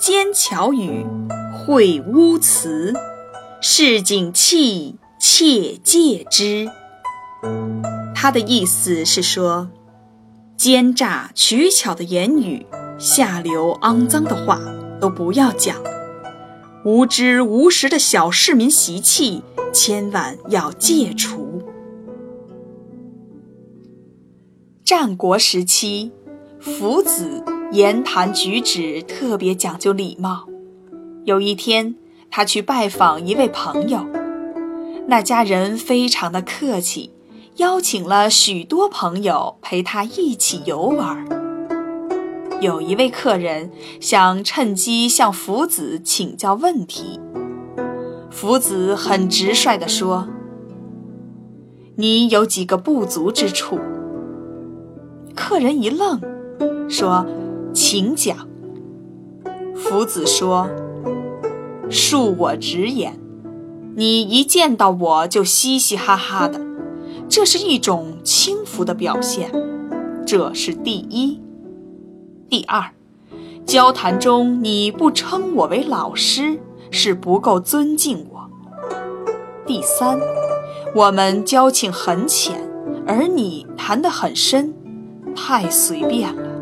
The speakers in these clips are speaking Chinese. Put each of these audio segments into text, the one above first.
兼巧语，会污词，市井气，切戒之。他的意思是说，奸诈取巧的言语，下流肮脏的话都不要讲，无知无识的小市民习气千万要戒除。战国时期，夫子言谈举止特别讲究礼貌。有一天，他去拜访一位朋友，那家人非常的客气，邀请了许多朋友陪他一起游玩。有一位客人想趁机向夫子请教问题，夫子很直率地说：“你有几个不足之处？”客人一愣，说：“请讲。”夫子说：“恕我直言，你一见到我就嘻嘻哈哈的，这是一种轻浮的表现，这是第一。第二，交谈中你不称我为老师，是不够尊敬我。第三，我们交情很浅，而你谈得很深，太随便了。”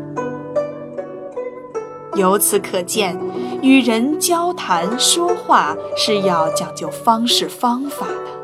由此可见，与人交谈说话是要讲究方式方法的。